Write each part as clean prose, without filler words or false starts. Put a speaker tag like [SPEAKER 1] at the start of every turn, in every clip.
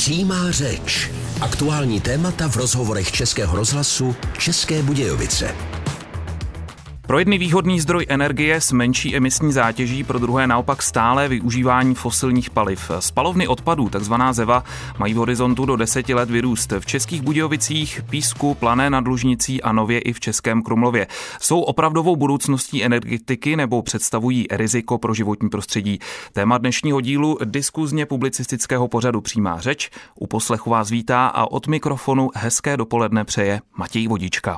[SPEAKER 1] Přímá řeč. Aktuální témata v rozhovorech Českého rozhlasu České Budějovice.
[SPEAKER 2] Pro jedny výhodný zdroj energie s menší emisní zátěží, pro druhé naopak stále využívání fosilních paliv. Spalovny odpadů, takzvaná ZEVA, mají v horizontu do 10 let vyrůst v Českých Budějovicích, Písku, Plané nad Lužnicí a nově i v Českém Krumlově. Jsou opravdovou budoucností energetiky nebo představují riziko pro životní prostředí? Téma dnešního dílu diskuzně publicistického pořadu Přímá řeč. U poslechu vás vítá a od mikrofonu hezké dopoledne přeje Matěj Vodička.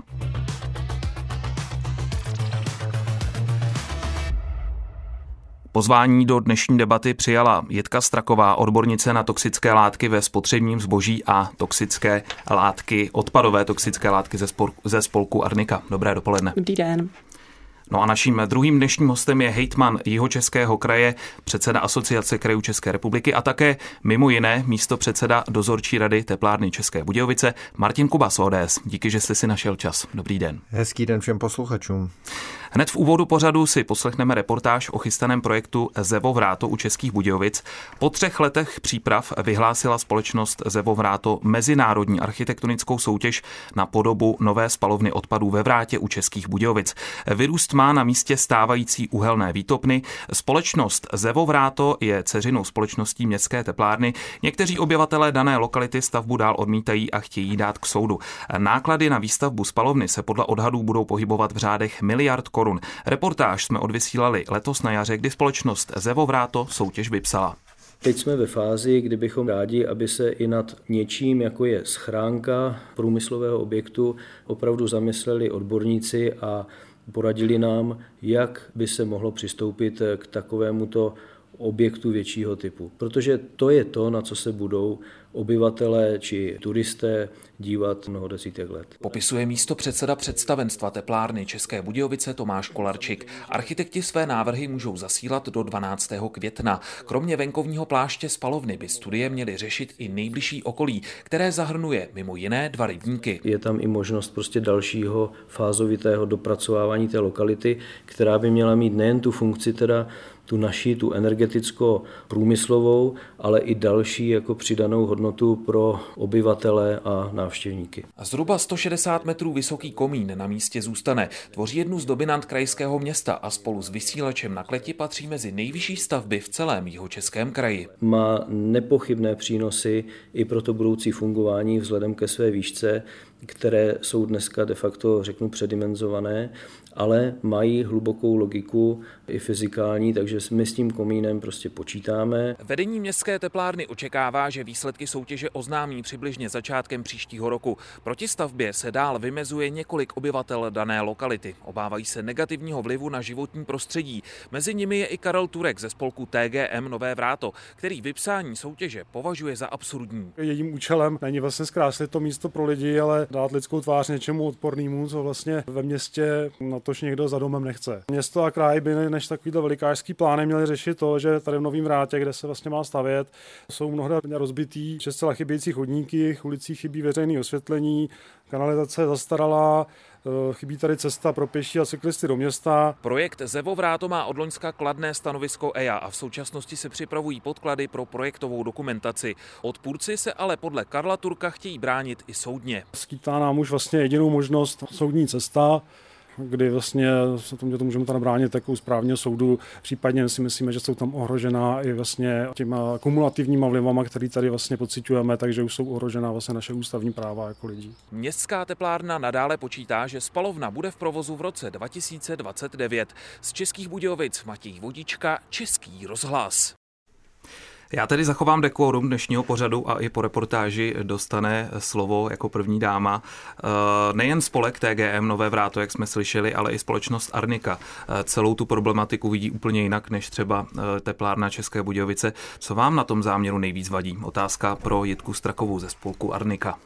[SPEAKER 2] Pozvání do dnešní debaty přijala Jitka Straková, odbornice na toxické látky ve spotřebním zboží a toxické látky, odpadové toxické látky ze spolku Arnika. Dobré dopoledne.
[SPEAKER 3] Dobrý den.
[SPEAKER 2] No a naším druhým dnešním hostem je hejtman Jihočeského kraje, předseda Asociace krajů České republiky a také mimo jiné místopředseda dozorčí rady teplárny České Budějovice Martin Kuba z ODS. Díky, že jste si našel čas. Dobrý den.
[SPEAKER 4] Hezký den všem posluchačům.
[SPEAKER 2] Hned v úvodu pořadu si poslechneme reportáž o chystaném projektu ZEVO Vráto u Českých Budějovic. Po 3 letech příprav vyhlásila společnost ZEVO Vráto mezinárodní architektonickou soutěž na podobu nové spalovny odpadů ve Vrátě u Českých Budějovic. Vyrůst má na místě stávající uhelné výtopny. Společnost ZEVO Vráto je dceřinou společností Městské teplárny. Někteří obyvatelé dané lokality stavbu dál odmítají a chtějí dát k soudu. Náklady na výstavbu spalovny se podle odhadů budou pohybovat v řádech miliard korun. Reportáž jsme odvysílali letos na jaře, kdy společnost ZEVO Vráto soutěž vypsala.
[SPEAKER 5] Teď jsme ve fázi, kdy bychom rádi, aby se i nad něčím, jako je schránka průmyslového objektu, opravdu zamysleli odborníci a poradili nám, jak by se mohlo přistoupit k takovémuto objektu většího typu. Protože to je to, na co se budou obyvatelé či turisté dívat mnoho desítek let.
[SPEAKER 2] Popisuje místopředseda představenstva teplárny České Budějovice Tomáš Kolarčík. Architekti své návrhy můžou zasílat do 12. května. Kromě venkovního pláště spalovny by studie měly řešit i nejbližší okolí, které zahrnuje mimo jiné 2 rybníky.
[SPEAKER 5] Je tam i možnost prostě dalšího fázovitého dopracovávání té lokality, která by měla mít nejen tu funkci tu naši, tu energeticko-průmyslovou, ale i další jako přidanou hodnotu pro obyvatele a návštěvníky.
[SPEAKER 2] Zhruba 160 metrů vysoký komín na místě zůstane. Tvoří jednu z dominant krajského města a spolu s vysílačem na kleti patří mezi nejvyšší stavby v celém Jihočeském kraji.
[SPEAKER 5] Má nepochybné přínosy i pro to budoucí fungování vzhledem ke své výšce, které jsou dneska de facto, řeknu, předimenzované, ale mají hlubokou logiku i fyzikální, takže my s tím komínem prostě počítáme.
[SPEAKER 2] Vedení Městské teplárny očekává, že výsledky soutěže oznámí přibližně začátkem příštího roku. Proti stavbě se dál vymezuje několik obyvatel dané lokality. Obávají se negativního vlivu na životní prostředí. Mezi nimi je i Karel Turek ze spolku TGM Nové Vráto, který vypsání soutěže považuje za absurdní.
[SPEAKER 6] Jejím účelem není vlastně zkrásit to místo pro lidi, ale dát lidskou tvář něčemu odpornému, co vlastně ve městě natož někdo za domem nechce. Město a kraj by než takovýhle velikářský plány měly řešit to, že tady v Novém Vrátě, kde se vlastně má stavět, jsou mnohdy rozbitý, že zcela chybějící chodníky, v ulicích chybí veřejné osvětlení, kanalizace je zastaralá, chybí tady cesta pro pěší a cyklisty do města.
[SPEAKER 2] Projekt ZEVO Vráto má od loňska kladné stanovisko EIA a v současnosti se připravují podklady pro projektovou dokumentaci. Odpůrci se ale podle Karla Turka chtějí bránit i soudně.
[SPEAKER 6] Skýtá nám už vlastně jedinou možnost soudní cesta, kdy vlastně se to můžeme tam bránit takovou správního soudu. Případně si myslíme, že jsou tam ohrožená i vlastně těma kumulativníma vlivama, který tady vlastně pociťujeme, takže už jsou ohrožená vlastně naše ústavní práva jako lidí.
[SPEAKER 2] Městská teplárna nadále počítá, že spalovna bude v provozu v roce 2029. Z Českých Budějovic Matěj Vodička, Český rozhlas. Já tedy zachovám dekorum dnešního pořadu a i po reportáži dostane slovo jako první dáma nejen spolek TGM Nové Vráto, jak jsme slyšeli, ale i společnost Arnika. Celou tu problematiku vidí úplně jinak než třeba teplárna České Budějovice. Co vám na tom záměru nejvíc vadí? Otázka pro Jitku Strakovou ze spolku Arnika.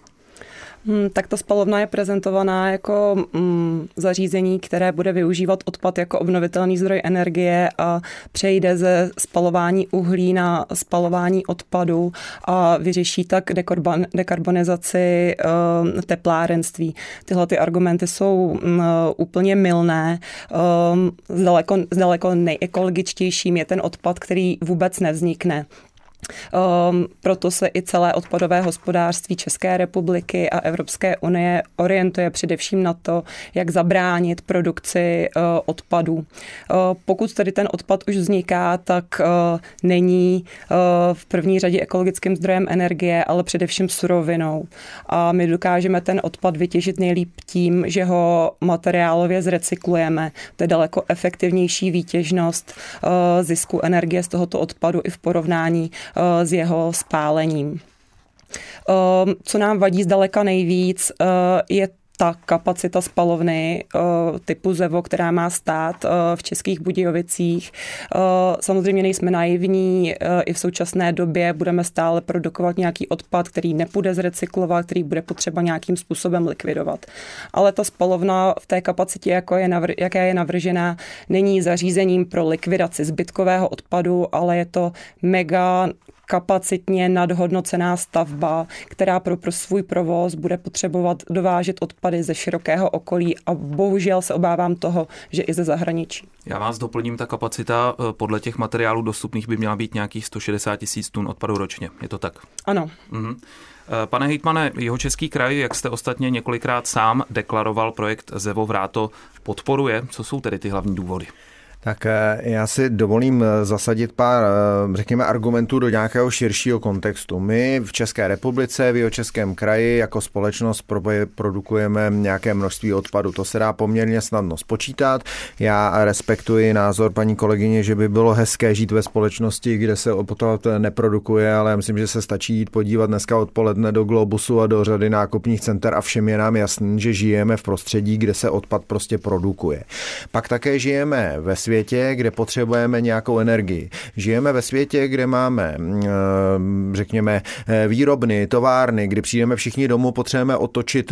[SPEAKER 3] Tak ta spalovna je prezentovaná jako zařízení, které bude využívat odpad jako obnovitelný zdroj energie a přejde ze spalování uhlí na spalování odpadu a vyřeší tak dekarbonizaci teplárenství. Tyhle ty argumenty jsou úplně mylné. Zdaleko nejekologičtějším je ten odpad, který vůbec nevznikne. Proto se i celé odpadové hospodářství České republiky a Evropské unie orientuje především na to, jak zabránit produkci odpadů. Pokud tedy ten odpad už vzniká, tak není v první řadě ekologickým zdrojem energie, ale především surovinou. A my dokážeme ten odpad vytěžit nejlíp tím, že ho materiálově zrecyklujeme. To je daleko efektivnější výtěžnost zisku energie z tohoto odpadu i v porovnání s jeho spálením. Co nám vadí zdaleka nejvíc, je ta kapacita spalovny typu ZEVO, která má stát v Českých Budějovicích. Samozřejmě nejsme naivní, i v současné době budeme stále produkovat nějaký odpad, který nepůjde zrecyklovat, který bude potřeba nějakým způsobem likvidovat. Ale ta spalovna v té kapacitě, jaká je navržená, není zařízením pro likvidaci zbytkového odpadu, ale je to mega kapacitně nadhodnocená stavba, která pro svůj provoz bude potřebovat dovážet odpady ze širokého okolí a bohužel se obávám toho, že i ze zahraničí.
[SPEAKER 2] Já vás doplním, ta kapacita podle těch materiálů dostupných by měla být nějakých 160 000 tun odpadu ročně. Je to tak?
[SPEAKER 3] Ano.
[SPEAKER 2] Pane hejtmane, Jihočeský kraj, jak jste ostatně několikrát sám deklaroval, projekt ZEVO Vráto podporuje. Co jsou tedy ty hlavní důvody?
[SPEAKER 4] Tak já si dovolím zasadit pár, řekněme, argumentů do nějakého širšího kontextu. My v České republice, v Jihočeském kraji jako společnost produkujeme nějaké množství odpadu. To se dá poměrně snadno spočítat. Já respektuji názor paní kolegyně, že by bylo hezké žít ve společnosti, kde se odpad neprodukuje, ale já myslím, že se stačí jít podívat dneska odpoledne do Globusu a do řady nákupních center a všem je nám jasný, že žijeme v prostředí, kde se odpad prostě produkuje. Pak také žijeme ve světě, kde potřebujeme nějakou energii. Žijeme ve světě, kde máme, řekněme, výrobny, továrny, kdy přijdeme všichni domů, potřebujeme otočit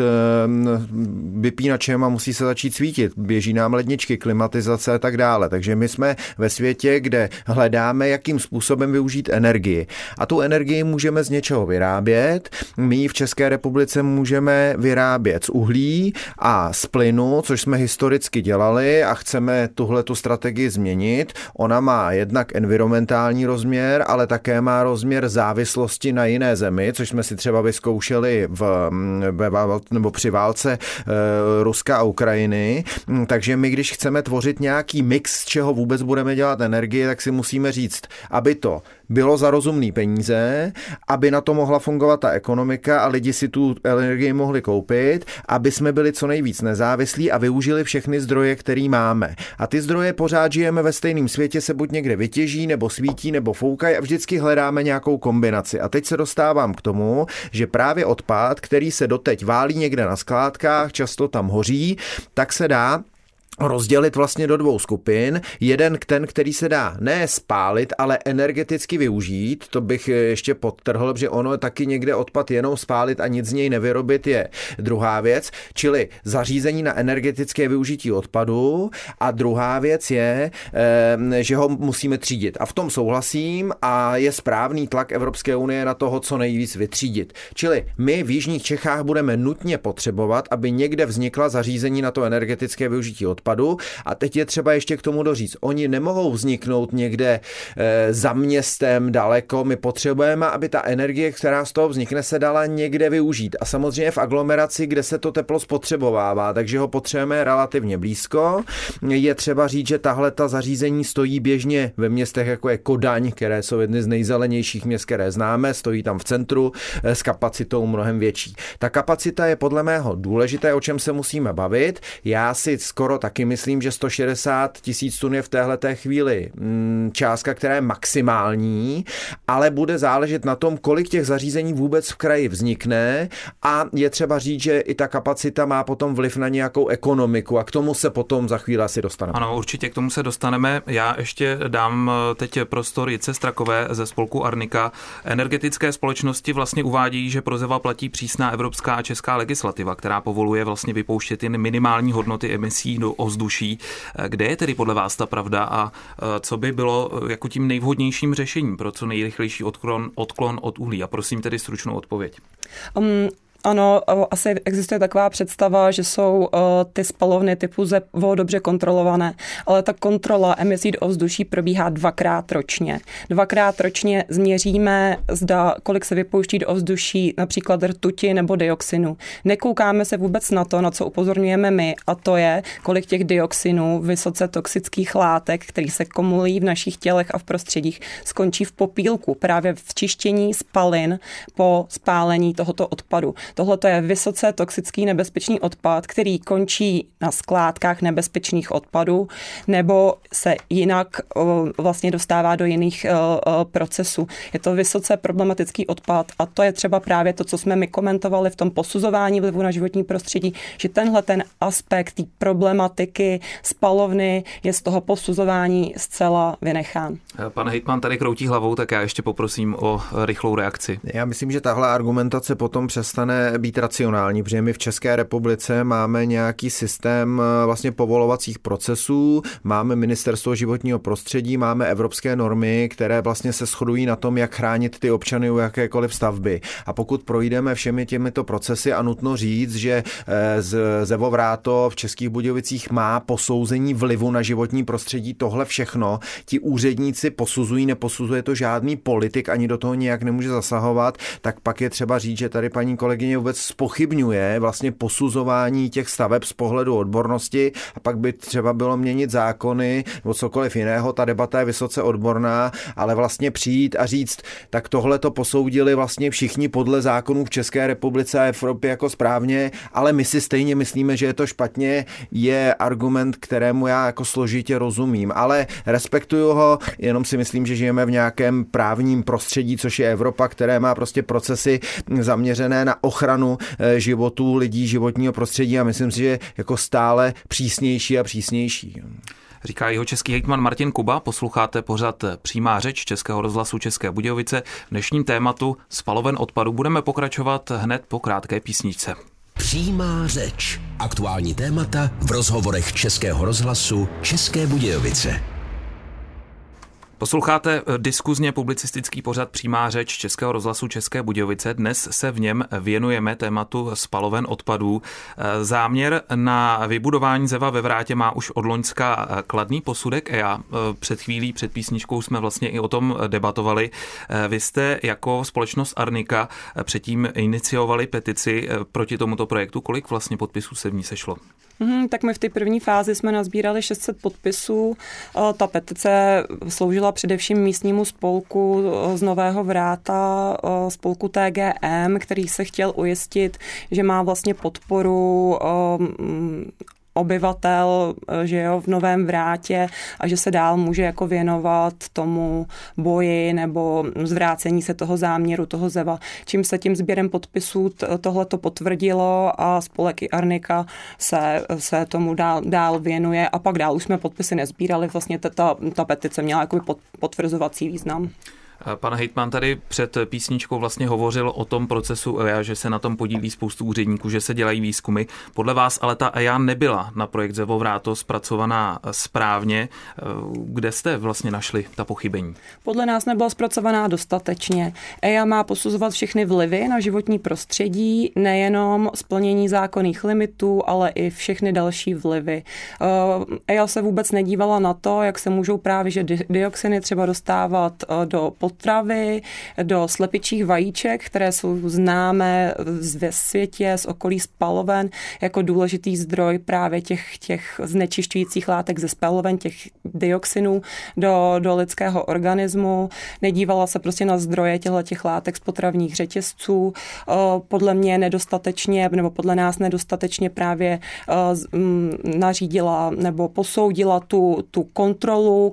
[SPEAKER 4] vypínačem a musí se začít svítit. Běží nám ledničky, klimatizace a tak dále. Takže my jsme ve světě, kde hledáme, jakým způsobem využít energii. A tu energii můžeme z něčeho vyrábět. My v České republice můžeme vyrábět z uhlí a z plynu, což jsme historicky dělali a chceme tuhletu strategii změnit. Ona má jednak environmentální rozměr, ale také má rozměr závislosti na jiné zemi, což jsme si třeba vyzkoušeli při válce Ruska a Ukrajiny. Takže my, když chceme tvořit nějaký mix, z čeho vůbec budeme dělat energie, tak si musíme říct, aby to bylo za rozumný peníze, aby na to mohla fungovat ta ekonomika a lidi si tu energii mohli koupit, aby jsme byli co nejvíc nezávislí a využili všechny zdroje, které máme. A ty zdroje pořád žijeme ve stejném světě, se buď někde vytěží, nebo svítí, nebo foukají a vždycky hledáme nějakou kombinaci. A teď se dostávám k tomu, že právě odpad, který se doteď válí někde na skládkách, často tam hoří, tak se dá rozdělit vlastně do dvou skupin. Jeden ten, který se dá ne spálit, ale energeticky využít. To bych ještě podtrhl, že ono je taky někde odpad jenom spálit a nic z něj nevyrobit je druhá věc, čili zařízení na energetické využití odpadu. A druhá věc je, že ho musíme třídit. A v tom souhlasím a je správný tlak Evropské unie na toho, co nejvíc vytřídit. Čili my v jižních Čechách budeme nutně potřebovat, aby někde vznikla zařízení na to energetické využití odpadu. A teď je třeba ještě k tomu doříct. Oni nemohou vzniknout někde za městem daleko. My potřebujeme, aby ta energie, která z toho vznikne, se dala někde využít. A samozřejmě v aglomeraci, kde se to teplo spotřebovává, takže ho potřebujeme relativně blízko. Je třeba říct, že tahle ta zařízení stojí běžně ve městech, jako je Kodaň, které jsou jedny z nejzelenějších měst, které známe, stojí tam v centru s kapacitou mnohem větší. Ta kapacita je podle mého důležité, o čem se musíme bavit. Já si skoro taky myslím, že 160 000 tun je v téhleté chvíli částka, která je maximální, ale bude záležet na tom, kolik těch zařízení vůbec v kraji vznikne a je třeba říct, že i ta kapacita má potom vliv na nějakou ekonomiku a k tomu se potom za chvíli asi dostaneme.
[SPEAKER 2] Ano, určitě k tomu se dostaneme. Já ještě dám teď prostor Jitce Strakové ze spolku Arnika. Energetické společnosti vlastně uvádí, že pro ZEVA platí přísná evropská a česká legislativa, která povoluje vlastně vypouštět jen minimální hodnoty emisí do ovzduší. Kde je tedy podle vás ta pravda a co by bylo jako tím nejvhodnějším řešením pro co nejrychlejší odklon od uhlí? A prosím tedy stručnou odpověď.
[SPEAKER 3] Ano, asi existuje taková představa, že jsou ty spalovny typu ZEVO dobře kontrolované, ale ta kontrola emisí do ovzduší probíhá 2krát ročně. 2krát ročně změříme, kolik se vypouští do ovzduší například rtuti nebo dioxinu. Nekoukáme se vůbec na to, na co upozorňujeme my, a to je, kolik těch dioxinů, vysoce toxických látek, které se kumulují v našich tělech a v prostředích, skončí v popílku, právě v čištění spalin po spálení tohoto odpadu. Tohle je vysoce toxický nebezpečný odpad, který končí na skládkách nebezpečných odpadů nebo se jinak vlastně dostává do jiných procesů. Je to vysoce problematický odpad a to je třeba právě to, co jsme my komentovali v tom posuzování vlivu na životní prostředí, že tenhle ten aspekt té problematiky spalovny je z toho posuzování zcela vynechán.
[SPEAKER 2] Pan hejtman tady kroutí hlavou, tak já ještě poprosím o rychlou reakci.
[SPEAKER 4] Já myslím, že tahle argumentace potom přestane být racionální, protože my v České republice máme nějaký systém vlastně povolovacích procesů, máme Ministerstvo životního prostředí, máme evropské normy, které vlastně se shodují na tom, jak chránit ty občany u jakékoliv stavby. A pokud projdeme všemi těmito procesy, a nutno říct, že ZEVO Vráto v Českých Budějovicích má posouzení vlivu na životní prostředí, tohle všechno, ti úředníci posuzují, neposuzuje to žádný politik, ani do toho nějak nemůže zasahovat, tak pak je třeba říct, že tady paní kolegyně vůbec zpochybňuje vlastně posuzování těch staveb z pohledu odbornosti a pak by třeba bylo měnit zákony nebo cokoliv jiného. Ta debata je vysoce odborná, ale vlastně přijít a říct, tak tohle to posoudili vlastně všichni podle zákonů v České republice a Evropě jako správně, ale my si stejně myslíme, že je to špatně, je argument, kterému já jako složitě rozumím, ale respektuju ho, jenom si myslím, že žijeme v nějakém právním prostředí, což je Evropa, které má prostě procesy zaměřené na ochranu životů lidí, životního prostředí a myslím si, že jako stále přísnější a přísnější.
[SPEAKER 2] Říká jihočeský hejtman Martin Kuba, posloucháte pořad Přímá řeč Českého rozhlasu České Budějovice. V dnešním tématu spaloven odpadu budeme pokračovat hned po krátké písničce.
[SPEAKER 1] Přímá řeč. Aktuální témata v rozhovorech Českého rozhlasu České Budějovice.
[SPEAKER 2] Posloucháte diskuzně publicistický pořad Přímá řeč Českého rozhlasu České Budějovice. Dnes se v něm věnujeme tématu spaloven odpadů. Záměr na vybudování ZEVA ve Vrátě má už od loňska kladný posudek EIA. Před chvílí, před písničkou jsme vlastně i o tom debatovali. Vy jste jako společnost Arnika předtím iniciovali petici proti tomuto projektu. Kolik vlastně podpisů se v ní sešlo?
[SPEAKER 3] Tak my v té první fázi jsme nazbírali 600 podpisů. Ta petice sloužila především místnímu spolku z Nového Vráta, spolku TGM, který se chtěl ujistit, že má vlastně podporu obyvatel, že jo, v Novém Vrátě a že se dál může jako věnovat tomu boji nebo zvrácení se toho záměru, toho ZEVA. Čím se tím sběrem podpisů tohle to potvrdilo a spolek i Arnika se tomu dál věnuje a pak dál už jsme podpisy nezbírali. Vlastně ta petice měla jako potvrzovací význam.
[SPEAKER 2] Pan hejtman tady před písničkou vlastně hovořil o tom procesu EIA, že se na tom podílí spoustu úředníků, že se dělají výzkumy. Podle vás ale ta EIA nebyla na projekt ZEVO Vráto zpracovaná správně. Kde jste vlastně našli ta pochybení?
[SPEAKER 3] Podle nás nebyla zpracovaná dostatečně. EIA má posuzovat všechny vlivy na životní prostředí, nejenom splnění zákonných limitů, ale i všechny další vlivy. EIA se vůbec nedívala na to, jak se můžou právě že dioxiny třeba dostávat do potravy, do slepičích vajíček, které jsou známé ve světě z okolí spaloven jako důležitý zdroj právě těch znečišťujících látek ze spaloven, těch dioxinů do lidského organismu. Nedívala se prostě na zdroje těch látek z potravních řetězců. Podle mě nedostatečně, nebo podle nás nedostatečně právě nařídila nebo posoudila tu kontrolu,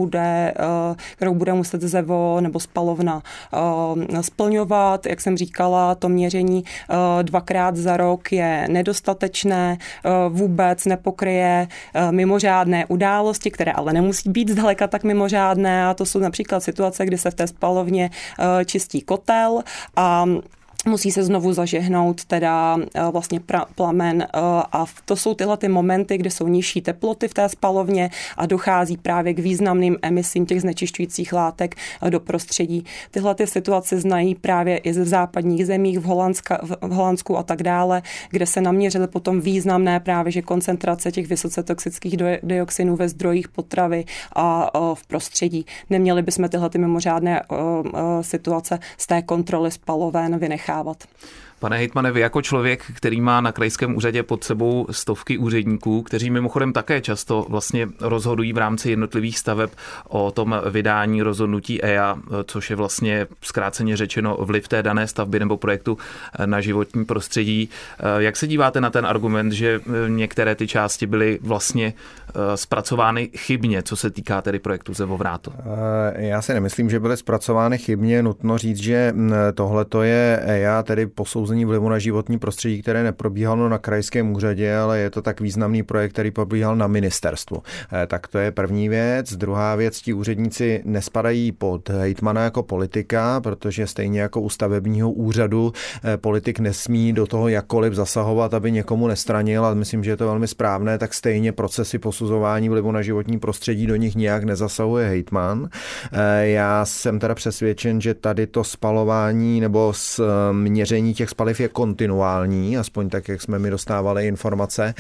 [SPEAKER 3] kterou bude muset ZEVO nebo spalovna splňovat. Jak jsem říkala, to měření 2krát za rok je nedostatečné, vůbec nepokryje mimořádné události, které ale nemusí být zdaleka tak mimořádné. A to jsou například situace, kdy se v té spalovně čistí kotel a musí se znovu zažehnout teda vlastně plamen a to jsou tyhle ty momenty, kde jsou nižší teploty v té spalovně a dochází právě k významným emisím těch znečišťujících látek do prostředí. Tyhle ty situace znají právě i ze západních zemích, v Holandsku a tak dále, kde se naměřily potom významné právě že koncentrace těch vysoce toxických dioxinů ve zdrojích potravy a v prostředí. Neměli bychom tyhle ty mimořádné situace z té kontroly spaloven vynechávat.
[SPEAKER 2] Pane hejtmane, vy jako člověk, který má na krajském úřadě pod sebou stovky úředníků, kteří mimochodem také často vlastně rozhodují v rámci jednotlivých staveb o tom vydání rozhodnutí EIA, což je vlastně zkráceně řečeno vliv té dané stavby nebo projektu na životní prostředí. Jak se díváte na ten argument, že některé ty části byly vlastně zpracovány chybně, co se týká tedy projektu Zevo-Vráto?
[SPEAKER 4] Já si nemyslím, že byly zpracovány chybně. Nutno říct, že tohle to je EIA, tedy posouzení vlivu na životní prostředí, které neprobíhalo na krajském úřadě, ale je to tak významný projekt, který probíhal na ministerstvu. Tak to je první věc. Druhá věc, ti úředníci nespadají pod hejtmana jako politika, protože stejně jako u stavebního úřadu politik nesmí do toho jakkoliv zasahovat, aby někomu nestranil, a myslím, že je to velmi správné, tak stejně procesy posuzování vlivu na životní prostředí do nich nijak nezasahuje hejtman. Já jsem teda přesvědčen, že tady to spalování nebo měření těch spaliv je kontinuální, aspoň tak, jak jsme mi dostávali informace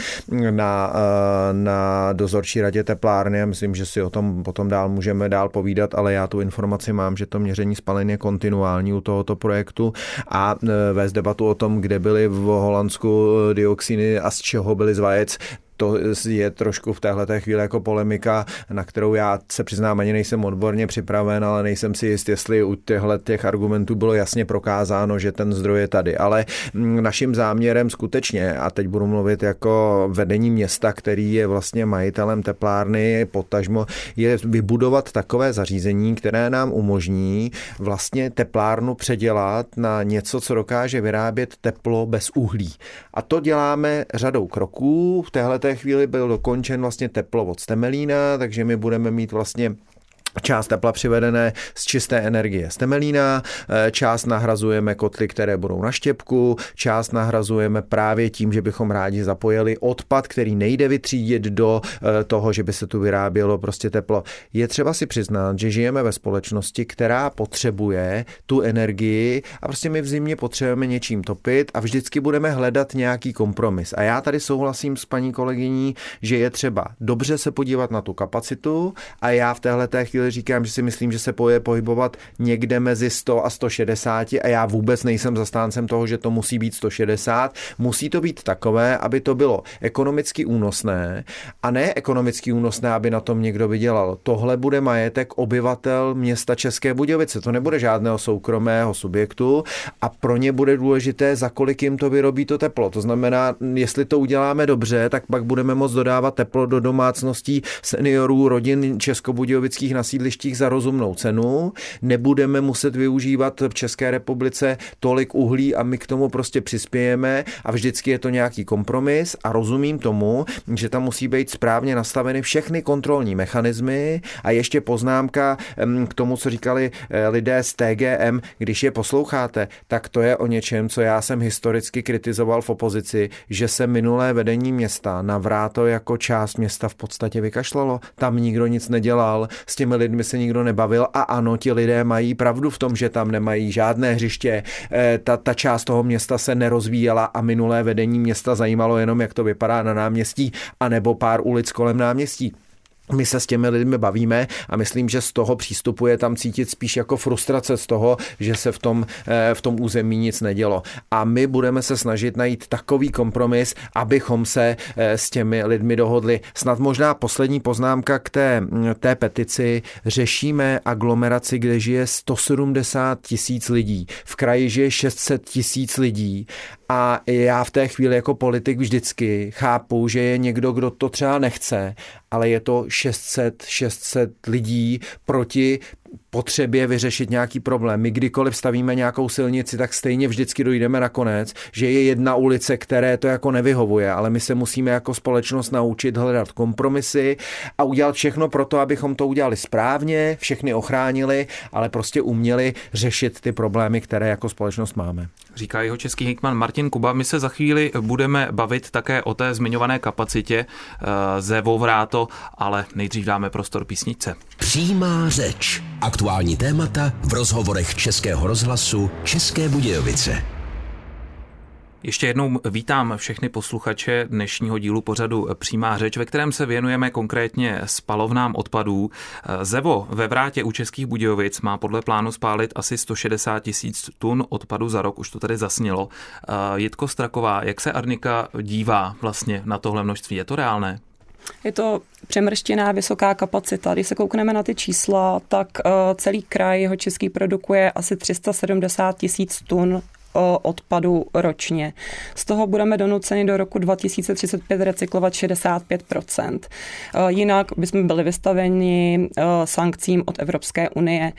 [SPEAKER 4] na dozorčí radě teplárny, a myslím, že si o tom potom můžeme dál povídat, ale já tu informaci mám, že to měření spalin je kontinuální u tohoto projektu a vést debatu o tom, kde byly v Holandsku dioxiny a z čeho byly z vajec, to je trošku v téhleté chvíli jako polemika, na kterou já se přiznám, ani nejsem odborně připraven, ale nejsem si jist, jestli u těch argumentů bylo jasně prokázáno, že ten zdroj je tady. Ale naším záměrem skutečně, a teď budu mluvit jako vedení města, který je vlastně majitelem teplárny, potažmo, je vybudovat takové zařízení, které nám umožní vlastně teplárnu předělat na něco, co dokáže vyrábět teplo bez uhlí. A to děláme řadou kroků. V téhleté chvíli byl dokončen vlastně teplovod z Temelína, takže my budeme mít vlastně část tepla přivedené z čisté energie z Temelína, část nahrazujeme kotly, které budou na štěpku, část nahrazujeme právě tím, že bychom rádi zapojili odpad, který nejde vytřídit do toho, že by se tu vyrábělo prostě teplo. Je třeba si přiznat, že žijeme ve společnosti, která potřebuje tu energii a prostě my v zimě potřebujeme něčím topit a vždycky budeme hledat nějaký kompromis. A já tady souhlasím s paní kolegyní, že je třeba dobře se podívat na tu kapacitu a já v téhleté chvíli říkám, že si myslím, že se pohybovat někde mezi 100 a 160 a já vůbec nejsem zastáncem toho, že to musí být 160. Musí to být takové, aby to bylo ekonomicky únosné a ne ekonomicky únosné, aby na tom někdo vydělal. Tohle bude majetek obyvatel města České Budějovice. To nebude žádného soukromého subjektu a pro ně bude důležité, za kolik jim to vyrobí to teplo. To znamená, jestli to uděláme dobře, tak pak budeme moct dodávat teplo do domácností seniorů, rodin českobudějovických na sídlištích za rozumnou cenu, nebudeme muset využívat v České republice tolik uhlí a my k tomu prostě přispějeme a vždycky je to nějaký kompromis a rozumím tomu, že tam musí být správně nastaveny všechny kontrolní mechanismy a ještě poznámka k tomu, co říkali lidé z TGM, když je posloucháte, tak to je o něčem, co já jsem historicky kritizoval v opozici, že se minulé vedení města na Vráto jako část města v podstatě vykašlalo. Tam nikdo nic nedělal, s těmi lidmi se nikdo nebavil a ano, ti lidé mají pravdu v tom, že tam nemají žádné hřiště, ta část toho města se nerozvíjela a minulé vedení města zajímalo jenom, jak to vypadá na náměstí anebo pár ulic kolem náměstí. My se s těmi lidmi bavíme a myslím, že z toho přístupu je tam cítit spíš jako frustrace z toho, že se v tom území nic nedělo. A my budeme se snažit najít takový kompromis, abychom se s těmi lidmi dohodli. Snad možná poslední poznámka k té petici. Řešíme aglomeraci, kde žije 170 000 lidí. V kraji žije 600 000 lidí. A já v té chvíli jako politik vždycky chápu, že je někdo, kdo to třeba nechce, ale je to 600 lidí proti potřebě vyřešit nějaký problém. My kdykoliv stavíme nějakou silnici, tak stejně vždycky dojdeme nakonec, že je jedna ulice, které to jako nevyhovuje, ale my se musíme jako společnost naučit hledat kompromisy a udělat všechno pro to, abychom to udělali správně, všechny ochránili, ale prostě uměli řešit ty problémy, které jako společnost máme.
[SPEAKER 2] Říká jeho český hejtman Martin Kuba. My se za chvíli budeme bavit také o té zmiňované kapacitě Zevo-Vráto, ale nejdřív dáme prostor písničce.
[SPEAKER 1] Přímá řeč. Aktuální témata v rozhovorech Českého rozhlasu České Budějovice.
[SPEAKER 2] Ještě jednou vítám všechny posluchače dnešního dílu pořadu Přímá řeč, ve kterém se věnujeme konkrétně spalovnám odpadů. Zevo ve Vrátě u Českých Budějovic má podle plánu spálit asi 160 000 tun odpadu za rok, už to tady zasnělo. Jitko Straková, jak se Arnika dívá vlastně na tohle množství? Je to reálné?
[SPEAKER 3] Je to přemrštěná vysoká kapacita. Když se koukneme na ty čísla, tak celý kraj Jihočeský produkuje asi 370 000 tun odpadu ročně. Z toho budeme donuceni do roku 2035 recyklovat 65%. Jinak bychom byli vystaveni sankcím od Evropské unie.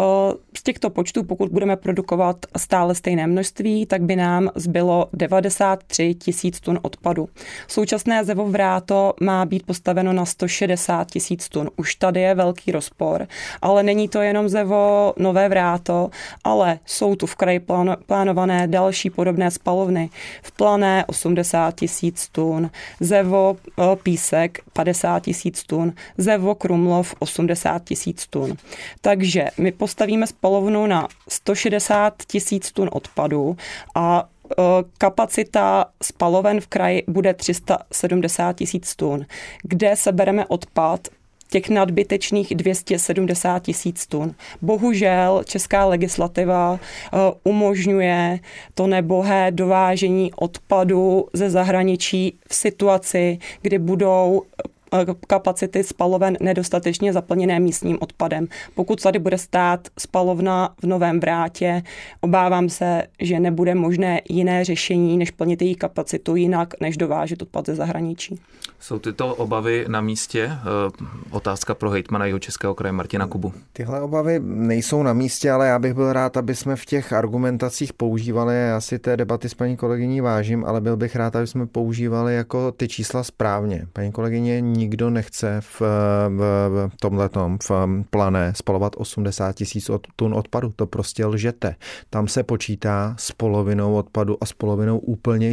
[SPEAKER 3] Z těchto počtů, pokud budeme produkovat stále stejné množství, tak by nám zbylo 93 000 tun odpadu. Současné Zevo-Vráto má být postaveno na 160 000 tun. Už tady je velký rozpor, ale není to jenom Zevo Nové Vráto, ale jsou tu v kraji plánované další podobné spalovny. V Plané 80 000 tun, Zevo Písek 50 000 tun, Zevo Krumlov 80 000 tun. Takže my postavíme spalovnu na 160 000 tun odpadu a kapacita spaloven v kraji bude 370 000 tun. Kde sebereme odpad? Těch nadbytečných 270 000 tun. Bohužel česká legislativa umožňuje to nebohé dovážení odpadu ze zahraničí v situaci, kdy budou kapacity spaloven nedostatečně zaplněné místním odpadem. Pokud tady bude stát spalovna v Novém Vrátě, obávám se, že nebude možné jiné řešení, než plnit její kapacitu jinak, než dovážet odpad ze zahraničí.
[SPEAKER 2] Jsou tyto obavy na místě? Otázka pro hejtmana Jihočeského kraje Martina Kubu.
[SPEAKER 4] Tyhle obavy nejsou na místě, ale já bych byl rád, aby jsme v těch argumentacích používali, já si té debaty s paní kolegyní vážím, ale byl bych rád, aby jsme používali jako ty čísla správně. Paní kolegyně, nikdo nechce v tomhletom, v Plané spalovat 80 000 tun odpadu. To prostě lžete. Tam se počítá s polovinou odpadu a s polovinou úplně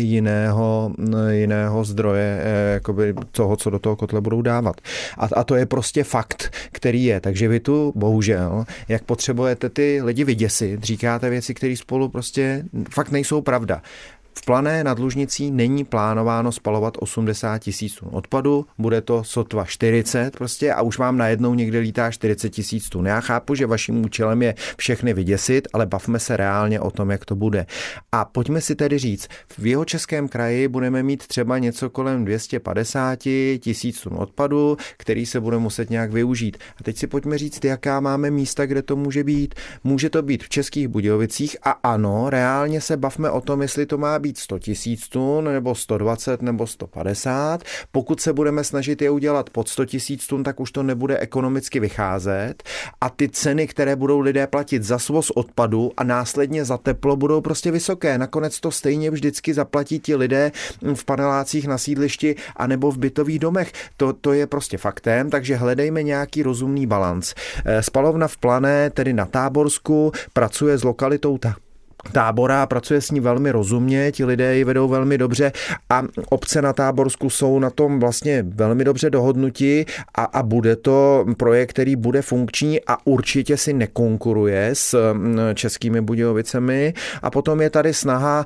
[SPEAKER 4] jiného zdroje, jakoby toho, co do toho kotle budou dávat. A to je prostě fakt, který je. Takže vy tu, bohužel, jak potřebujete ty lidi vyděsit, říkáte věci, které spolu prostě fakt nejsou pravda. V Plané nad Lužnicí není plánováno spalovat 80 000 tun odpadu, bude to sotva 40 prostě a už vám najednou někde lítá 40 000 tun. Já chápu, že vaším účelem je všechny vyděsit, ale bavme se reálně o tom, jak to bude. A pojďme si tedy říct, v Jihočeském kraji budeme mít třeba něco kolem 250 000 tun odpadu, který se bude muset nějak využít. A teď si pojďme říct, jaká máme místa, kde to může být. Může to být v Českých Budějovicích a ano, reálně se bavme o tom, jestli to má být 100 000 tun, nebo 120, nebo 150. Pokud se budeme snažit je udělat pod 100 000 tun, tak už to nebude ekonomicky vycházet a ty ceny, které budou lidé platit za svoz odpadu a následně za teplo, budou prostě vysoké. Nakonec to stejně vždycky zaplatí ti lidé v panelácích na sídlišti anebo v bytových domech. To je prostě faktem, takže hledejme nějaký rozumný balanc. Spalovna v Plané, tedy na Táborsku, pracuje s lokalitou Tábora, pracuje s ní velmi rozumně, ti lidé ji vedou velmi dobře a obce na Táborsku jsou na tom vlastně velmi dobře dohodnuti a bude to projekt, který bude funkční a určitě si nekonkuruje s Českými Budějovicemi. A potom je tady snaha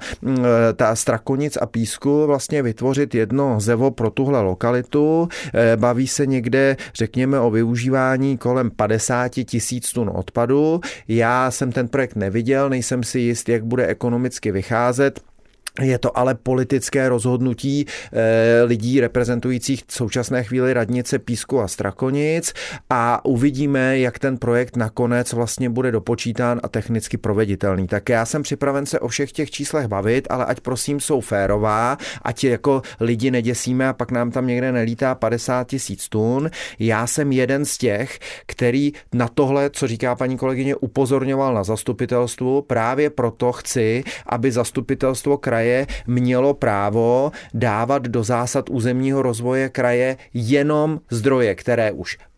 [SPEAKER 4] Strakonic a Písku vlastně vytvořit jedno Zevo pro tuhle lokalitu. Baví se někde, řekněme, o využívání kolem 50 000 tun odpadu. Já jsem ten projekt neviděl, nejsem si jist, jak bude ekonomicky vycházet. Je to ale politické rozhodnutí lidí reprezentujících v současné chvíli radnice Písku a Strakonic a uvidíme, jak ten projekt nakonec vlastně bude dopočítán a technicky proveditelný. Tak já jsem připraven se o všech těch číslech bavit, ale ať prosím jsou férová, ať jako lidi neděsíme a pak nám tam někde nelítá 50 000 tun. Já jsem jeden z těch, který na tohle, co říká paní kolegyně, upozorňoval na zastupitelstvu. Právě proto chci, aby zastupitelstvo kraje mělo právo dávat do zásad územního rozvoje kraje jenom zdroje, které už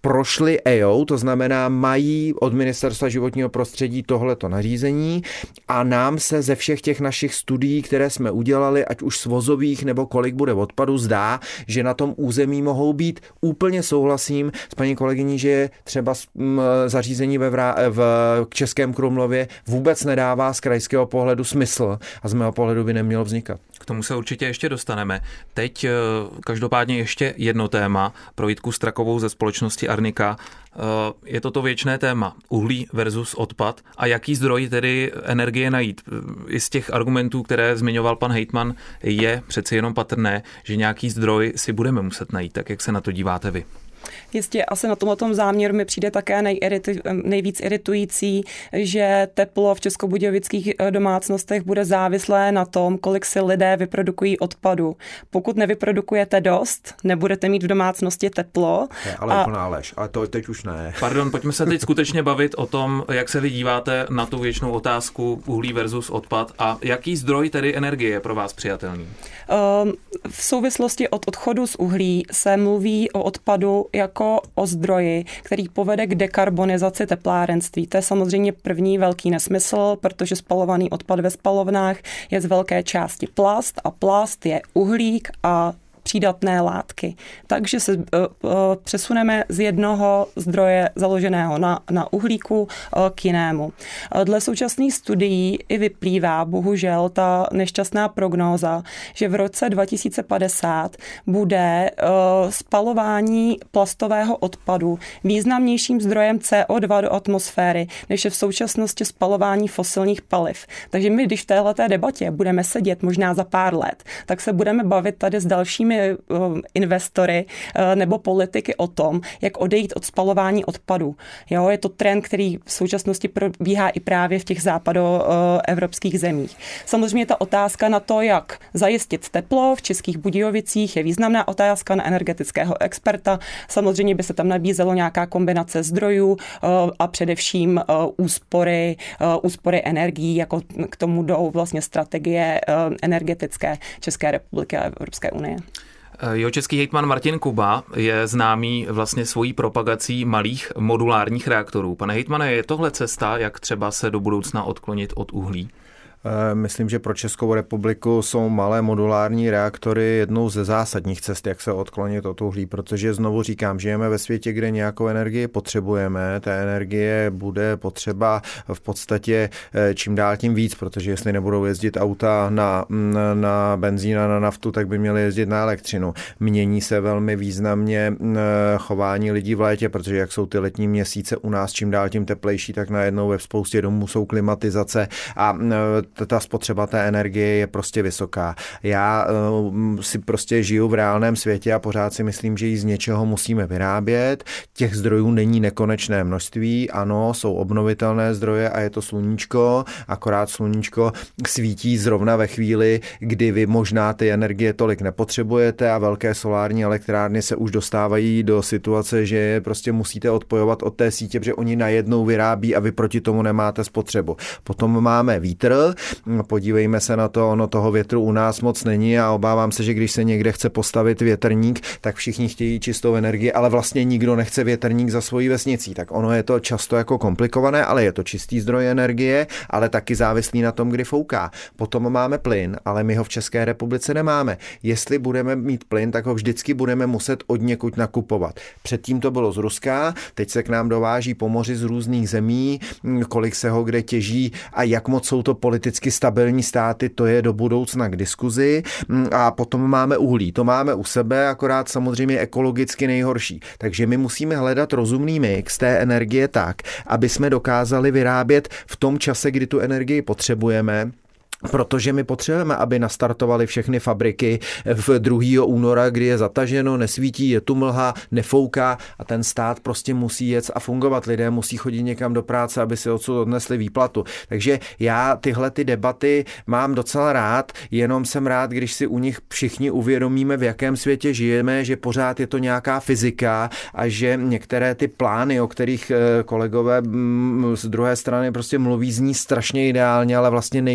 [SPEAKER 4] prošli EIA, to znamená mají od Ministerstva životního prostředí tohleto nařízení a nám se ze všech těch našich studií, které jsme udělali, ať už svozových nebo kolik bude odpadu, zdá, že na tom území mohou být. Úplně souhlasím s paní kolegyní, že je třeba zařízení v Českém Krumlově vůbec nedává z krajského pohledu smysl a z mého pohledu by nemělo vznikat.
[SPEAKER 2] K tomu se určitě ještě dostaneme. Teď každopádně ještě jedno téma pro Jitku Strakovou ze společnosti Arnika. Je to věčné téma uhlí versus odpad a jaký zdroj tedy energie najít. I z těch argumentů, které zmiňoval pan hejtman, je přeci jenom patrné, že nějaký zdroj si budeme muset najít. Tak jak se na to díváte vy?
[SPEAKER 3] Jistě, asi na tomto záměru mi přijde také nejvíc iritující, že teplo v českobudějovických domácnostech bude závislé na tom, kolik si lidé vyprodukují odpadu. Pokud nevyprodukujete dost, nebudete mít v domácnosti teplo.
[SPEAKER 4] Ale úplná lež, ale to teď už ne.
[SPEAKER 2] Pardon, pojďme se teď skutečně bavit o tom, jak se vy díváte na tu věčnou otázku uhlí versus odpad a jaký zdroj tedy energie je pro vás přijatelný?
[SPEAKER 3] V souvislosti od odchodu z uhlí se mluví o odpadu jako o zdroji, který povede k dekarbonizaci teplárenství. To je samozřejmě první velký nesmysl, protože spalovaný odpad ve spalovnách je z velké části plast a plast je uhlík a přídatné látky. Takže se přesuneme z jednoho zdroje založeného na uhlíku k jinému. Dle současných studií i vyplývá bohužel ta nešťastná prognóza, že v roce 2050 bude spalování plastového odpadu významnějším zdrojem CO2 do atmosféry, než je v současnosti spalování fosilních paliv. Takže my, když v téhleté debatě budeme sedět možná za pár let, tak se budeme bavit tady s dalšími investory nebo politiky o tom, jak odejít od spalování odpadu. Jo, je to trend, který v současnosti probíhá i právě v těch západoevropských zemích. Samozřejmě ta otázka na to, jak zajistit teplo v Českých Budějovicích, je významná otázka na energetického experta. Samozřejmě by se tam nabízelo nějaká kombinace zdrojů a především úspory energií, jako k tomu jdou vlastně strategie energetické České republiky a Evropské unie.
[SPEAKER 2] Jihočeský hejtman Martin Kuba je známý vlastně svojí propagací malých modulárních reaktorů. Pane hejtmane, je tohle cesta, jak třeba se do budoucna odklonit od uhlí?
[SPEAKER 4] Myslím, že pro Českou republiku jsou malé modulární reaktory jednou ze zásadních cest, jak se odklonit od uhlí, protože znovu říkám, žijeme ve světě, kde nějakou energii potřebujeme, ta energie bude potřeba v podstatě čím dál tím víc, protože jestli nebudou jezdit auta na benzín a na naftu, tak by měly jezdit na elektřinu. Mění se velmi významně chování lidí v létě, protože jak jsou ty letní měsíce u nás čím dál tím teplejší, tak najednou ve spoustě domů jsou klimatizace a ta spotřeba té energie je prostě vysoká. Já si prostě žiju v reálném světě a pořád si myslím, že ji z něčeho musíme vyrábět. Těch zdrojů není nekonečné množství. Ano, jsou obnovitelné zdroje a je to sluníčko, akorát sluníčko svítí zrovna ve chvíli, kdy vy možná ty energie tolik nepotřebujete a velké solární elektrárny se už dostávají do situace, že je prostě musíte odpojovat od té sítě, protože oni najednou vyrábí a vy proti tomu nemáte spotřebu. Potom máme vítr. Podívejme se na to, ono toho větru u nás moc není a obávám se, že když se někde chce postavit větrník, tak všichni chtějí čistou energii, ale vlastně nikdo nechce větrník za svojí vesnicí. Tak ono je to často jako komplikované, ale je to čistý zdroj energie, ale taky závislý na tom, kdy fouká. Potom máme plyn, ale my ho v České republice nemáme. Jestli budeme mít plyn, tak ho vždycky budeme muset odněkud nakupovat. Předtím to bylo z Ruska, teď se k nám dováží po moři z různých zemí, kolik se ho kde těží a jak moc jsou to politicky stabilní státy, to je do budoucna k diskuzi. A potom máme uhlí. To máme u sebe, akorát samozřejmě ekologicky nejhorší. Takže my musíme hledat rozumný mix té energie tak, aby jsme dokázali vyrábět v tom čase, kdy tu energii potřebujeme. Protože my potřebujeme, aby nastartovaly všechny fabriky v 2. února, kdy je zataženo, nesvítí, je tu mlha, nefouká a ten stát prostě musí jet a fungovat. Lidé musí chodit někam do práce, aby si odsud odnesli výplatu. Takže já tyhle ty debaty mám docela rád, jenom jsem rád, když si u nich všichni uvědomíme, v jakém světě žijeme, že pořád je to nějaká fyzika a že některé ty plány, o kterých kolegové z druhé strany prostě mluví, zní strašně ideálně, ale vlastně nejdou,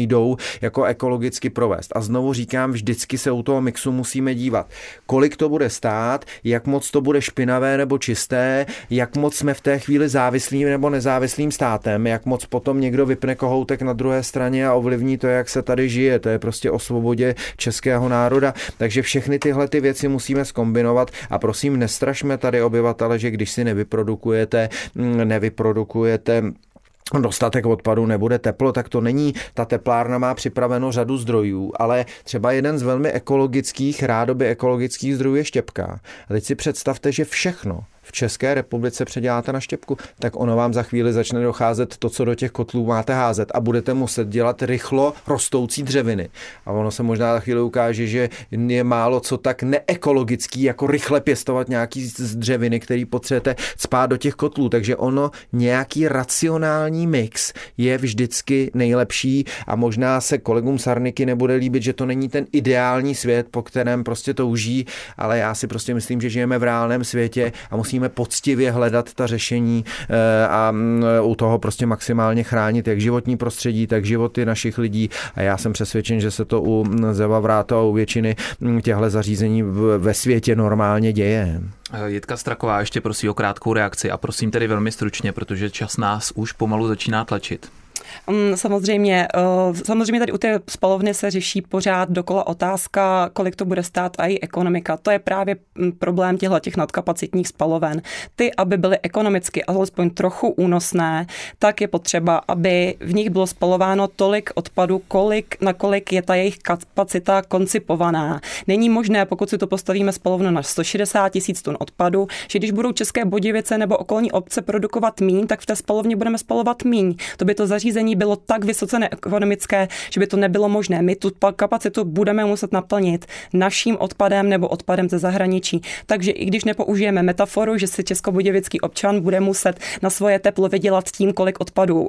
[SPEAKER 4] jako ekologicky provést. A znovu říkám, vždycky se u toho mixu musíme dívat, kolik to bude stát, jak moc to bude špinavé nebo čisté, jak moc jsme v té chvíli závislým nebo nezávislým státem, jak moc potom někdo vypne kohoutek na druhé straně a ovlivní to, jak se tady žije. To je prostě o svobodě českého národa. Takže všechny tyhle ty věci musíme zkombinovat a prosím, nestrašme tady obyvatele, že když si nevyprodukujete dostatek odpadu, nebude teplo, tak to není. Ta teplárna má připraveno řadu zdrojů, ale třeba jeden z velmi ekologických, rádoby ekologických zdrojů je štěpka. A teď si představte, že všechno v České republice předěláte na štěpku, tak ono vám za chvíli začne docházet to, co do těch kotlů máte házet a budete muset dělat rychlo rostoucí dřeviny. A ono se možná za chvíli ukáže, že je málo co tak neekologický, jako rychle pěstovat nějaký z dřeviny, který potřebujete cpát do těch kotlů. Takže ono nějaký racionální mix je vždycky nejlepší a možná se kolegům Sarniky nebude líbit, že to není ten ideální svět, po kterém prostě touží, ale já si prostě myslím, že žijeme v reálném světě a musíme poctivě hledat ta řešení a u toho prostě maximálně chránit jak životní prostředí, tak životy našich lidí. A já jsem přesvědčen, že se to u Zeva Vráto a u většiny těchto zařízení ve světě normálně děje.
[SPEAKER 2] Jitka Straková ještě prosí o krátkou reakci a prosím tedy velmi stručně, protože čas nás už pomalu začíná tlačit.
[SPEAKER 3] Samozřejmě tady u té spalovny se řeší pořád dokola otázka, kolik to bude stát a její ekonomika. To je právě problém těch nadkapacitních spaloven. Ty, aby byly ekonomicky alespoň trochu únosné, tak je potřeba, aby v nich bylo spalováno tolik odpadu, nakolik je ta jejich kapacita koncipovaná. Není možné, pokud si to postavíme spalovnu na 160 000 tun odpadu, že když budou České Budějovice nebo okolní obce produkovat míň, tak v té spalovně budeme spalovat míň. To by to zařízení bylo tak vysoce neekonomické, že by to nebylo možné. My tu kapacitu budeme muset naplnit naším odpadem nebo odpadem ze zahraničí. Takže i když nepoužijeme metaforu, že si českobudějovický občan bude muset na svoje teplo vydělat tím, kolik odpadu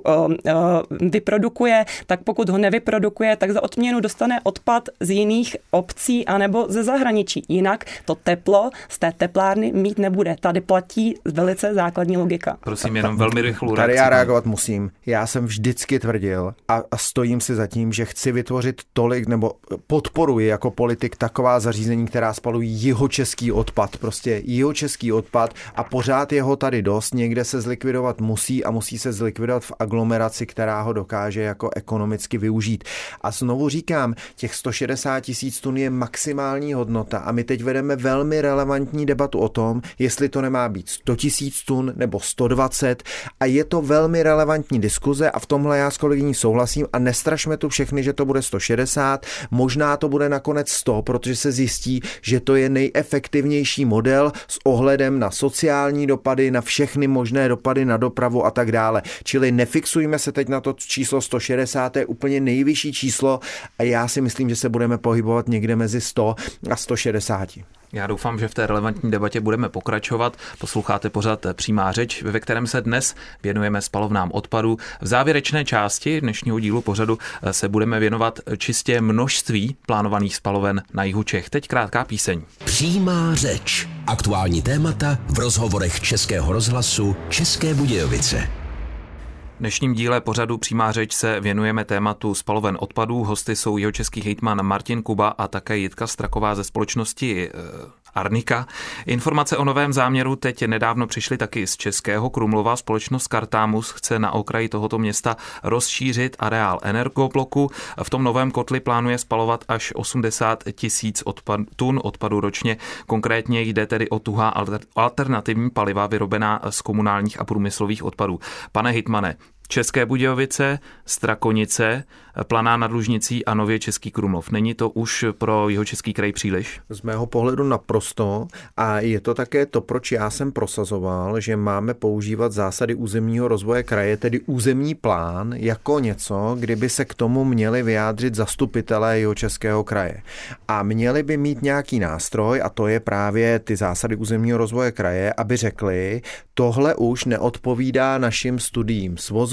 [SPEAKER 3] vyprodukuje, tak pokud ho nevyprodukuje, tak za odměnu dostane odpad z jiných obcí anebo ze zahraničí. Jinak to teplo z té teplárny mít nebude. Tady platí velice základní logika.
[SPEAKER 2] Prosím, jenom velmi rychlou reakci.
[SPEAKER 4] Tady já reagovat musím. Já jsem vždycky tvrdil a stojím si za tím, že chci vytvořit tolik, nebo podporuji jako politik taková zařízení, která spalují jihočeský odpad, prostě jihočeský odpad a pořád je ho tady dost, někde se zlikvidovat musí a musí se zlikvidovat v aglomeraci, která ho dokáže jako ekonomicky využít. A znovu říkám, těch 160 000 tun je maximální hodnota a my teď vedeme velmi relevantní debatu o tom, jestli to nemá být 100 000 tun nebo 120 a je to velmi relevantní diskuze a v tomhle já s kolegyní souhlasím a nestrašme tu všechny, že to bude 160, možná to bude nakonec 100, protože se zjistí, že to je nejefektivnější model s ohledem na sociální dopady, na všechny možné dopady na dopravu a tak dále. Čili nefixujme se teď na to číslo 160, to je úplně nejvyšší číslo a já si myslím, že se budeme pohybovat někde mezi 100 a 160.
[SPEAKER 2] Já doufám, že v té relevantní debatě budeme pokračovat. Posloucháte pořad Přímá řeč, ve kterém se dnes věnujeme spalovnám odpadu. V závěrečné části dnešního dílu pořadu se budeme věnovat čistě množství plánovaných spaloven na jihu Čech. Teď krátká píseň.
[SPEAKER 1] Přímá řeč. Aktuální témata v rozhovorech Českého rozhlasu České Budějovice.
[SPEAKER 2] V dnešním díle pořadu Přímá řeč se věnujeme tématu spaloven odpadů. Hosty jsou jihočeský hejtman Martin Kuba a také Jitka Straková ze společnosti Arnika. Informace o novém záměru teď nedávno přišly taky z Českého Krumlova. Společnost Kartámus chce na okraji tohoto města rozšířit areál energobloku. V tom novém kotli plánuje spalovat až 80 000 tun odpadu ročně. Konkrétně jde tedy o tuhá alternativní paliva vyrobená z komunálních a průmyslových odpadů. Pane hejtmane, České Budějovice, Strakonice, Planá nad Lužnicí a nově Český Krumlov. Není to už pro Jihočeský kraj příliš?
[SPEAKER 4] Z mého pohledu naprosto a je to také to, proč já jsem prosazoval, že máme používat zásady územního rozvoje kraje, tedy územní plán, jako něco, kdyby se k tomu měli vyjádřit zastupitelé Jihočeského kraje. A měli by mít nějaký nástroj, a to je právě ty zásady územního rozvoje kraje, aby řekli, tohle už neodpovídá našim studiím svozovým,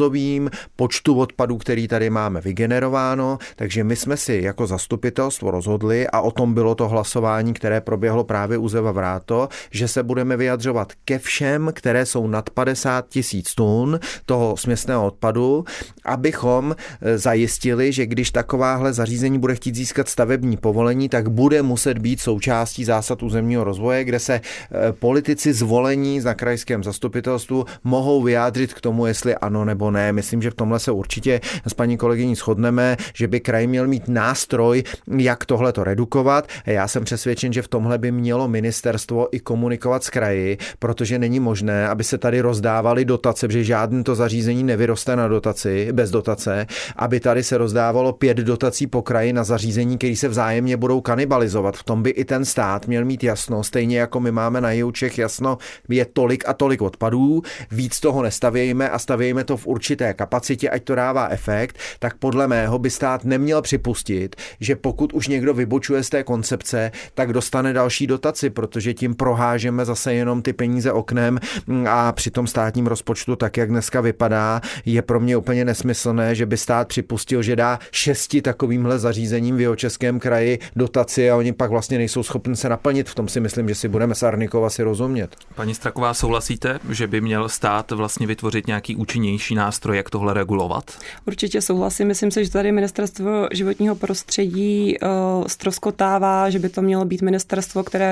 [SPEAKER 4] časovým, počtu odpadů, který tady máme vygenerováno, takže my jsme si jako zastupitelstvo rozhodli a o tom bylo to hlasování, které proběhlo právě u Zeva Vráto, že se budeme vyjadřovat ke všem, které jsou nad 50 000 tun toho směsného odpadu, abychom zajistili, že když takováhle zařízení bude chtít získat stavební povolení, tak bude muset být součástí zásad územního rozvoje, kde se politici zvolení na krajském zastupitelstvu mohou vyjádřit k tomu, jestli ano nebo ne. Myslím, že v tomhle se určitě s paní kolegyní shodneme, že by kraj měl mít nástroj, jak tohle to redukovat. Já jsem přesvědčen, že v tomhle by mělo ministerstvo i komunikovat s kraji, protože není možné, aby se tady rozdávaly dotace, protože žádné to zařízení nevyroste na dotaci, bez dotace, aby tady se rozdávalo 5 dotací po kraji na zařízení, které se vzájemně budou kanibalizovat. V tom by i ten stát měl mít jasno, stejně jako my máme na jihu Čech jasno, je tolik a tolik odpadů, víc toho nestavějme a stavějme to v určité kapacitě, ať to dává efekt, tak podle mého by stát neměl připustit, že pokud už někdo vybočuje z té koncepce, tak dostane další dotaci, protože tím prohážeme zase jenom ty peníze oknem a při tom státním rozpočtu, tak jak dneska vypadá, je pro mě úplně nesmyslné, že by stát připustil, že dá 6 takovýmhle zařízením v Jihočeském kraji dotaci a oni pak vlastně nejsou schopni se naplnit. V tom si myslím, že si budeme s Arnikou asi rozumět.
[SPEAKER 2] Paní Straková, souhlasíte, že by měl stát vlastně vytvořit nějaký účinnější nástroj, jak tohle regulovat?
[SPEAKER 3] Určitě souhlasím. Myslím si, že tady ministerstvo životního prostředí ztroskotává, že by to mělo být ministerstvo, které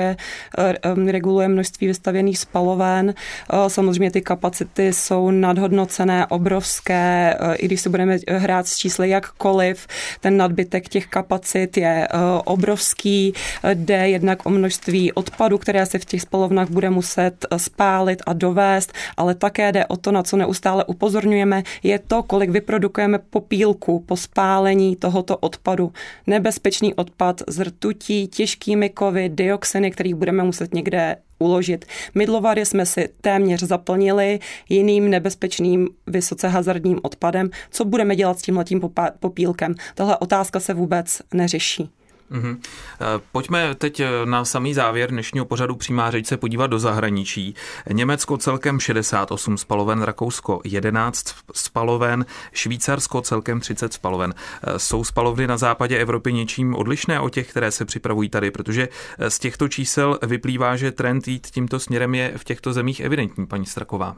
[SPEAKER 3] reguluje množství vystavěných spaloven. Samozřejmě ty kapacity jsou nadhodnocené, obrovské, i když se budeme hrát s čísly jakkoliv, ten nadbytek těch kapacit je obrovský, jde jednak o množství odpadu, které se v těch spalovnách bude muset spálit a dovést, ale také jde o to, na co neustále upozorňujeme, je to, kolik vyprodukujeme popílku po spálení tohoto odpadu. Nebezpečný odpad z rtutí, těžkými kovy, dioxiny, kterých budeme muset někde uložit. Mydlovary jsme si téměř zaplnili jiným nebezpečným, vysoce hazardním odpadem. Co budeme dělat s tímhletím popílkem? Tahle otázka se vůbec neřeší.
[SPEAKER 2] Mm-hmm. Pojďme teď na samý závěr dnešního pořadu Přímá řeč se podívat do zahraničí. Německo celkem 68 spaloven, Rakousko 11 spaloven, Švýcarsko celkem 30 spaloven. Jsou spalovny na západě Evropy něčím odlišné od těch, které se připravují tady? Protože z těchto čísel vyplývá, že trend jít tímto směrem je v těchto zemích evidentní, paní Straková.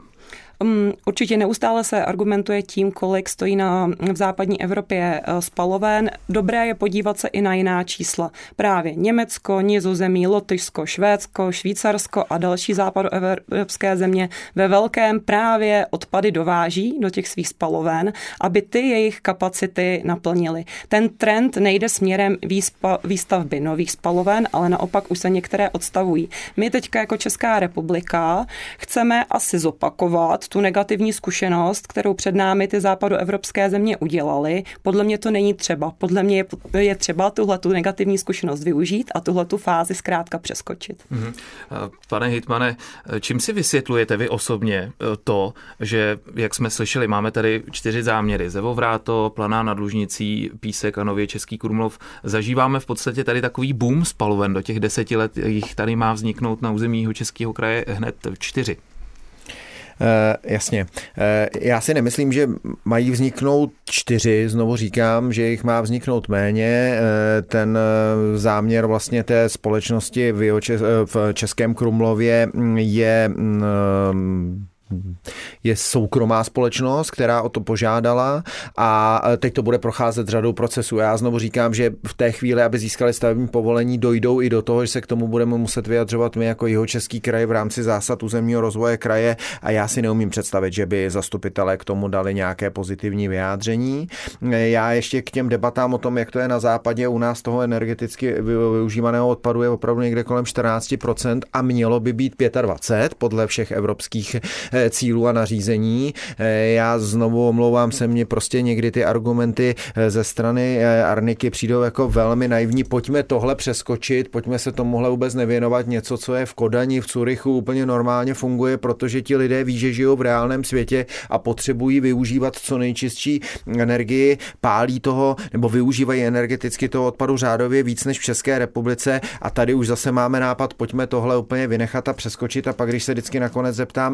[SPEAKER 3] Určitě neustále se argumentuje tím, kolik stojí v západní Evropě spaloven. Dobré je podívat se i na jiná čísla. Právě Německo, Nizozemí, Lotyšsko, Švédsko, Švýcarsko a další západoevropské země ve velkém právě odpady dováží do těch svých spaloven, aby ty jejich kapacity naplnily. Ten trend nejde směrem výstavby nových spaloven, ale naopak už se některé odstavují. My teďka jako Česká republika chceme asi zopakovat tu negativní zkušenost, kterou před námi ty západoevropské země udělaly. Podle mě to není třeba. Podle mě je třeba tuhletu negativní zkušenost využít a tuhletu fázi zkrátka přeskočit.
[SPEAKER 2] Pane hejtmane, čím si vysvětlujete vy osobně to, že, jak jsme slyšeli, máme tady 4 záměry. Zevo Vráto, Planá nad Lužnicí, Písek a nově Český Krumlov. Zažíváme v podstatě tady takový boom spaloven. Do těch 10 let jich tady má vzniknout na území Jihočeského kraje hned 4.
[SPEAKER 4] Jasně. Já si nemyslím, že mají vzniknout 4, znovu říkám, že jich má vzniknout méně. Ten záměr vlastně té společnosti v Českém Krumlově je soukromá společnost, která o to požádala a teď to bude procházet řadou procesů. Já znovu říkám, že v té chvíli, aby získali stavební povolení, dojdou i do toho, že se k tomu budeme muset vyjadřovat my jako Jihočeský kraj v rámci zásad územního rozvoje kraje a já si neumím představit, že by zastupitelé k tomu dali nějaké pozitivní vyjádření. Já ještě k těm debatám o tom, jak to je na západě, u nás toho energeticky využívaného odpadu je opravdu někde kolem 14% a mělo by být 25% podle všech evropských cílů a nařízení. Já znovu omlouvám se, mně prostě někdy ty argumenty ze strany Arniky přijdou jako velmi naivní. Pojďme tohle přeskočit, pojďme se tomuhle vůbec nevěnovat, něco, co je v Kodani, v Curychu úplně normálně funguje, protože ti lidé ví, že žijou v reálném světě a potřebují využívat co nejčistší energii, pálí toho nebo využívají energeticky toho odpadu řádově víc než v České republice a tady už zase máme nápad, pojďme tohle úplně vynechat a přeskočit a pak když se vždycky nakonec zeptám, a z čeho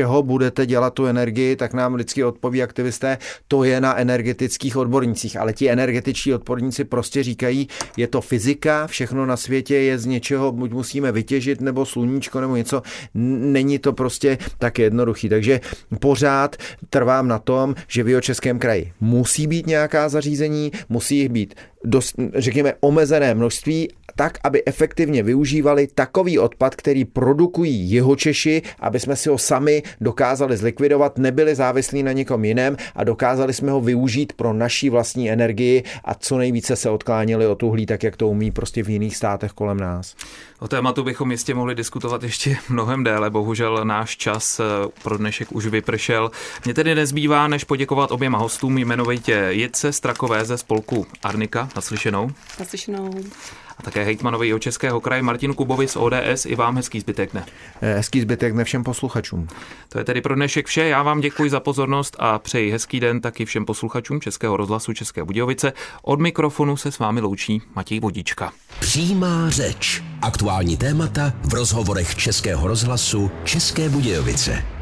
[SPEAKER 4] čeho budete dělat tu energii, tak nám vždycky odpoví aktivisté, to je na energetických odbornících, ale ti energetičtí odborníci prostě říkají, je to fyzika, všechno na světě je z něčeho, buď musíme vytěžit, nebo sluníčko, nebo něco, není to prostě tak jednoduchý, takže pořád trvám na tom, že v Jihočeském kraji musí být nějaká zařízení, musí jich být dost, řekněme, omezené množství, tak, aby efektivně využívali takový odpad, který produkují Jihočeši, aby jsme si ho sami dokázali zlikvidovat, nebyli závislí na někom jiném a dokázali jsme ho využít pro naší vlastní energii a co nejvíce se odklánili od uhlí, tak jak to umí prostě v jiných státech kolem nás.
[SPEAKER 2] O tématu bychom jistě mohli diskutovat ještě mnohem déle, bohužel náš čas pro dnešek už vypršel. Mně tedy nezbývá, než poděkovat oběma hostům, jmenovitě Jitce Strakové ze spolku Arnika, naslyšenou.
[SPEAKER 3] Naslyšenou.
[SPEAKER 2] A také hejtmanovi Jihočeského kraje Martinu Kubovi z ODS. I vám hezký zbytek dne.
[SPEAKER 4] Hezký zbytek dne všem posluchačům.
[SPEAKER 2] To je tedy pro dnešek vše. Já vám děkuji za pozornost a přeji hezký den taky všem posluchačům Českého rozhlasu České Budějovice. Od mikrofonu se s vámi loučí Matěj Vodička.
[SPEAKER 1] Přímá řeč. Aktuální témata v rozhovorech Českého rozhlasu České Budějovice.